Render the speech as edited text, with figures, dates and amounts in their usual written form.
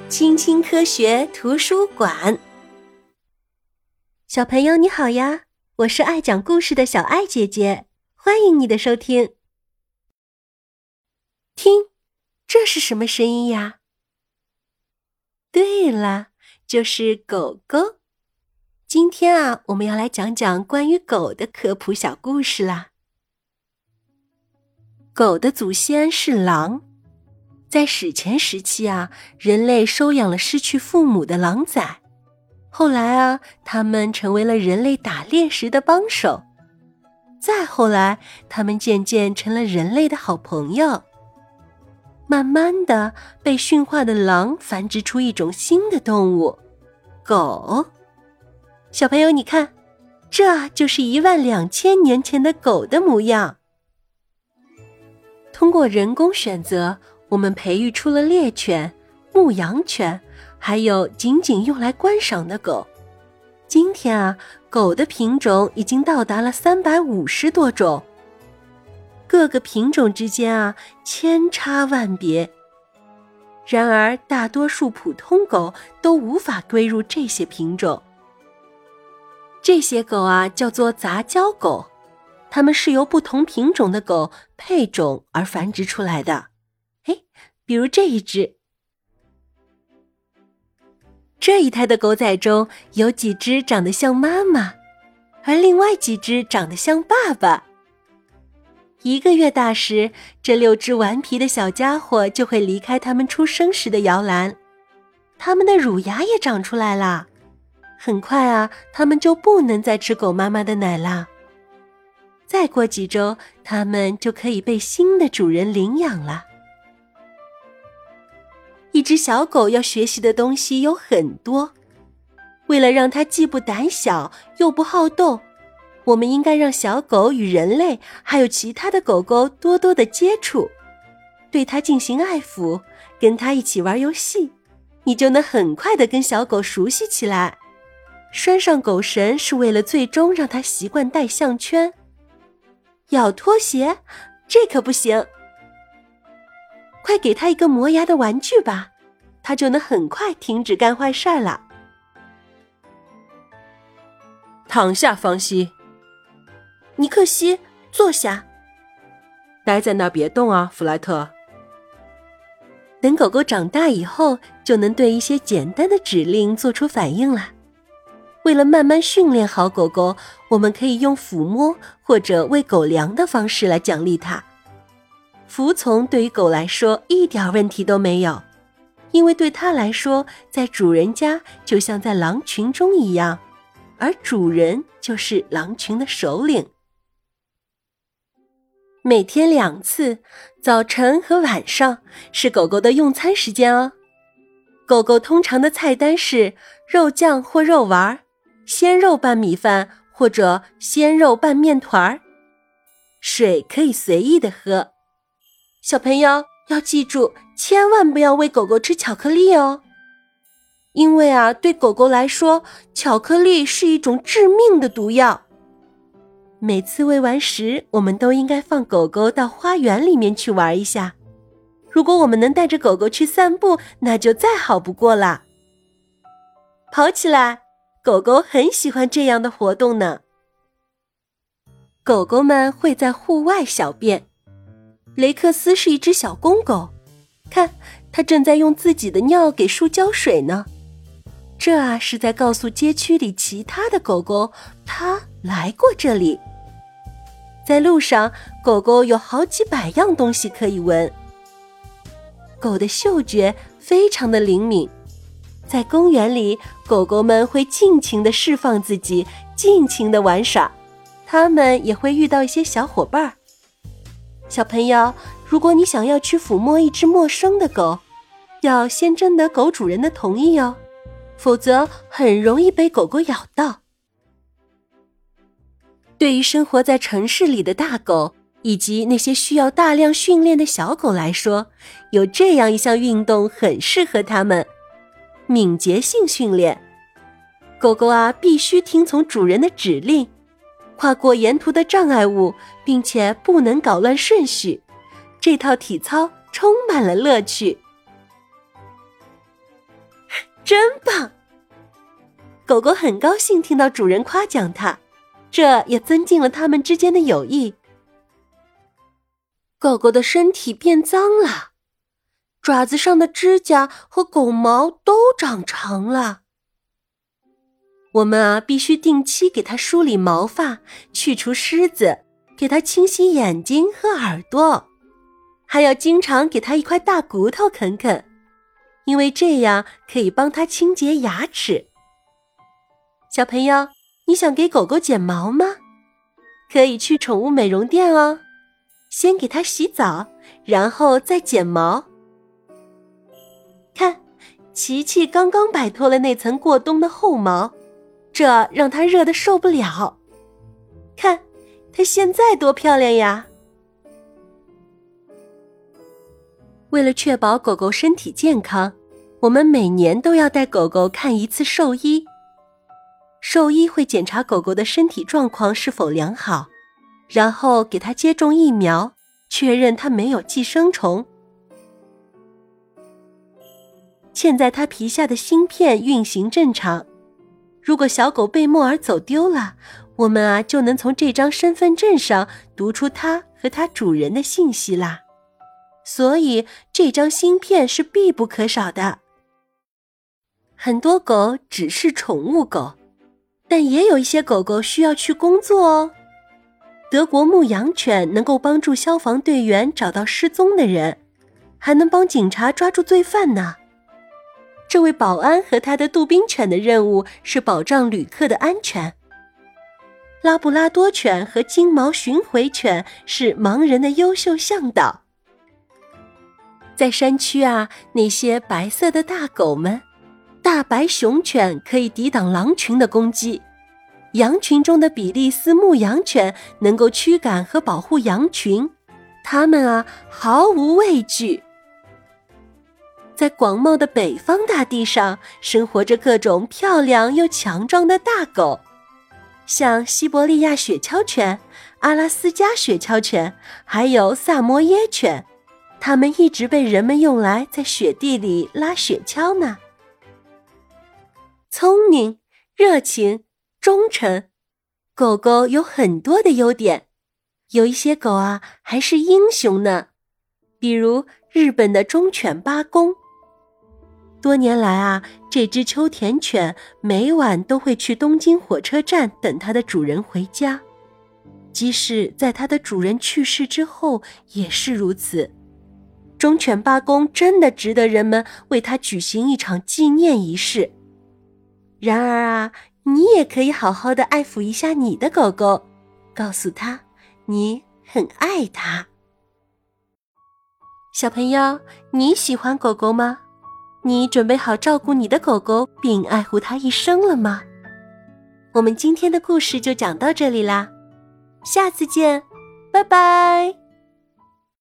青青科学图书馆。小朋友你好呀，我是爱讲故事的小爱姐姐，欢迎你的收听。听，这是什么声音呀？对了，就是狗狗。今天我们要来讲讲关于狗的科普小故事啦。狗的祖先是狼。在史前时期人类收养了失去父母的狼崽，后来他们成为了人类打猎时的帮手，再后来他们渐渐成了人类的好朋友，慢慢的被驯化的狼繁殖出一种新的动物——狗。小朋友你看，这就是12000年前的狗的模样。通过人工选择，我们培育出了猎犬、牧羊犬，还有仅仅用来观赏的狗。今天狗的品种已经到达了350多种，各个品种之间千差万别。然而大多数普通狗都无法归入这些品种。这些狗叫做杂交狗，它们是由不同品种的狗配种而繁殖出来的。比如这一只，这一胎的狗仔中有几只长得像妈妈，而另外几只长得像爸爸。1个月大时，这6只顽皮的小家伙就会离开他们出生时的摇篮，他们的乳牙也长出来了。很快他们就不能再吃狗妈妈的奶了。再过几周，他们就可以被新的主人领养了。一只小狗要学习的东西有很多，为了让它既不胆小又不好斗，我们应该让小狗与人类还有其他的狗狗多多的接触，对它进行爱抚，跟它一起玩游戏，你就能很快地跟小狗熟悉起来。拴上狗绳是为了最终让它习惯戴项圈。咬拖鞋，这可不行。快给他一个磨牙的玩具吧，他就能很快停止干坏事了。 躺下，方西。 尼克西，坐下。 待在那儿别动弗莱特。 等狗狗长大以后，就能对一些简单的指令做出反应了。为了慢慢训练好狗狗，我们可以用抚摸或者喂狗粮的方式来奖励它。服从对于狗来说一点问题都没有，因为对它来说，在主人家就像在狼群中一样，而主人就是狼群的首领。每天2次，早晨和晚上，是狗狗的用餐时间哦。狗狗通常的菜单是肉酱或肉丸、鲜肉拌米饭或者鲜肉拌面团，水可以随意的喝。小朋友要记住，千万不要喂狗狗吃巧克力哦，因为对狗狗来说，巧克力是一种致命的毒药。每次喂完食，我们都应该放狗狗到花园里面去玩一下。如果我们能带着狗狗去散步，那就再好不过啦。跑起来，狗狗很喜欢这样的活动呢。狗狗们会在户外小便。雷克斯是一只小公狗，看，它正在用自己的尿给树浇水呢。这是在告诉街区里其他的狗狗，它来过这里。在路上，狗狗有好几百样东西可以闻。狗的嗅觉非常的灵敏，在公园里，狗狗们会尽情地释放自己，尽情地玩耍，它们也会遇到一些小伙伴。小朋友，如果你想要去抚摸一只陌生的狗，要先征得狗主人的同意哦，否则很容易被狗狗咬到。对于生活在城市里的大狗，以及那些需要大量训练的小狗来说，有这样一项运动很适合它们——敏捷性训练。狗狗必须听从主人的指令，跨过沿途的障碍物，并且不能搞乱顺序。这套体操充满了乐趣。 真棒！狗狗很高兴听到主人夸奖它，这也增进了它们之间的友谊。狗狗的身体变脏了，爪子上的指甲和狗毛都长长了。我们必须定期给它梳理毛发，去除虱子，给它清洗眼睛和耳朵，还要经常给它一块大骨头啃啃，因为这样可以帮它清洁牙齿。小朋友，你想给狗狗剪毛吗？可以去宠物美容店哦，先给它洗澡，然后再剪毛。看，琪琪刚刚摆脱了那层过冬的厚毛，这让它热得受不了。看，它现在多漂亮呀！为了确保狗狗身体健康，我们每年都要带狗狗看一次兽医。兽医会检查狗狗的身体状况是否良好，然后给它接种疫苗，确认它没有寄生虫。嵌在它皮下的芯片运行正常，如果小狗被摸而走丢了，我们就能从这张身份证上读出它和它主人的信息啦。所以这张芯片是必不可少的。很多狗只是宠物狗，但也有一些狗狗需要去工作哦。德国牧羊犬能够帮助消防队员找到失踪的人，还能帮警察抓住罪犯呢。这位保安和他的杜宾犬的任务是保障旅客的安全。拉布拉多犬和金毛巡回犬是盲人的优秀向导。在山区那些白色的大狗们，大白熊犬可以抵挡狼群的攻击，羊群中的比利斯牧羊犬能够驱赶和保护羊群，它们毫无畏惧。在广袤的北方大地上，生活着各种漂亮又强壮的大狗，像西伯利亚雪橇犬、阿拉斯加雪橇犬，还有萨摩耶犬，它们一直被人们用来在雪地里拉雪橇呢。聪明、热情、忠诚，狗狗有很多的优点，有一些狗还是英雄呢，比如日本的忠犬八公。多年来这只秋田犬每晚都会去东京火车站等它的主人回家，即使在它的主人去世之后也是如此。忠犬八公真的值得人们为它举行一场纪念仪式。然而你也可以好好的爱抚一下你的狗狗，告诉它你很爱它。小朋友，你喜欢狗狗吗？你准备好照顾你的狗狗并爱护它一生了吗？我们今天的故事就讲到这里啦，下次见，拜拜。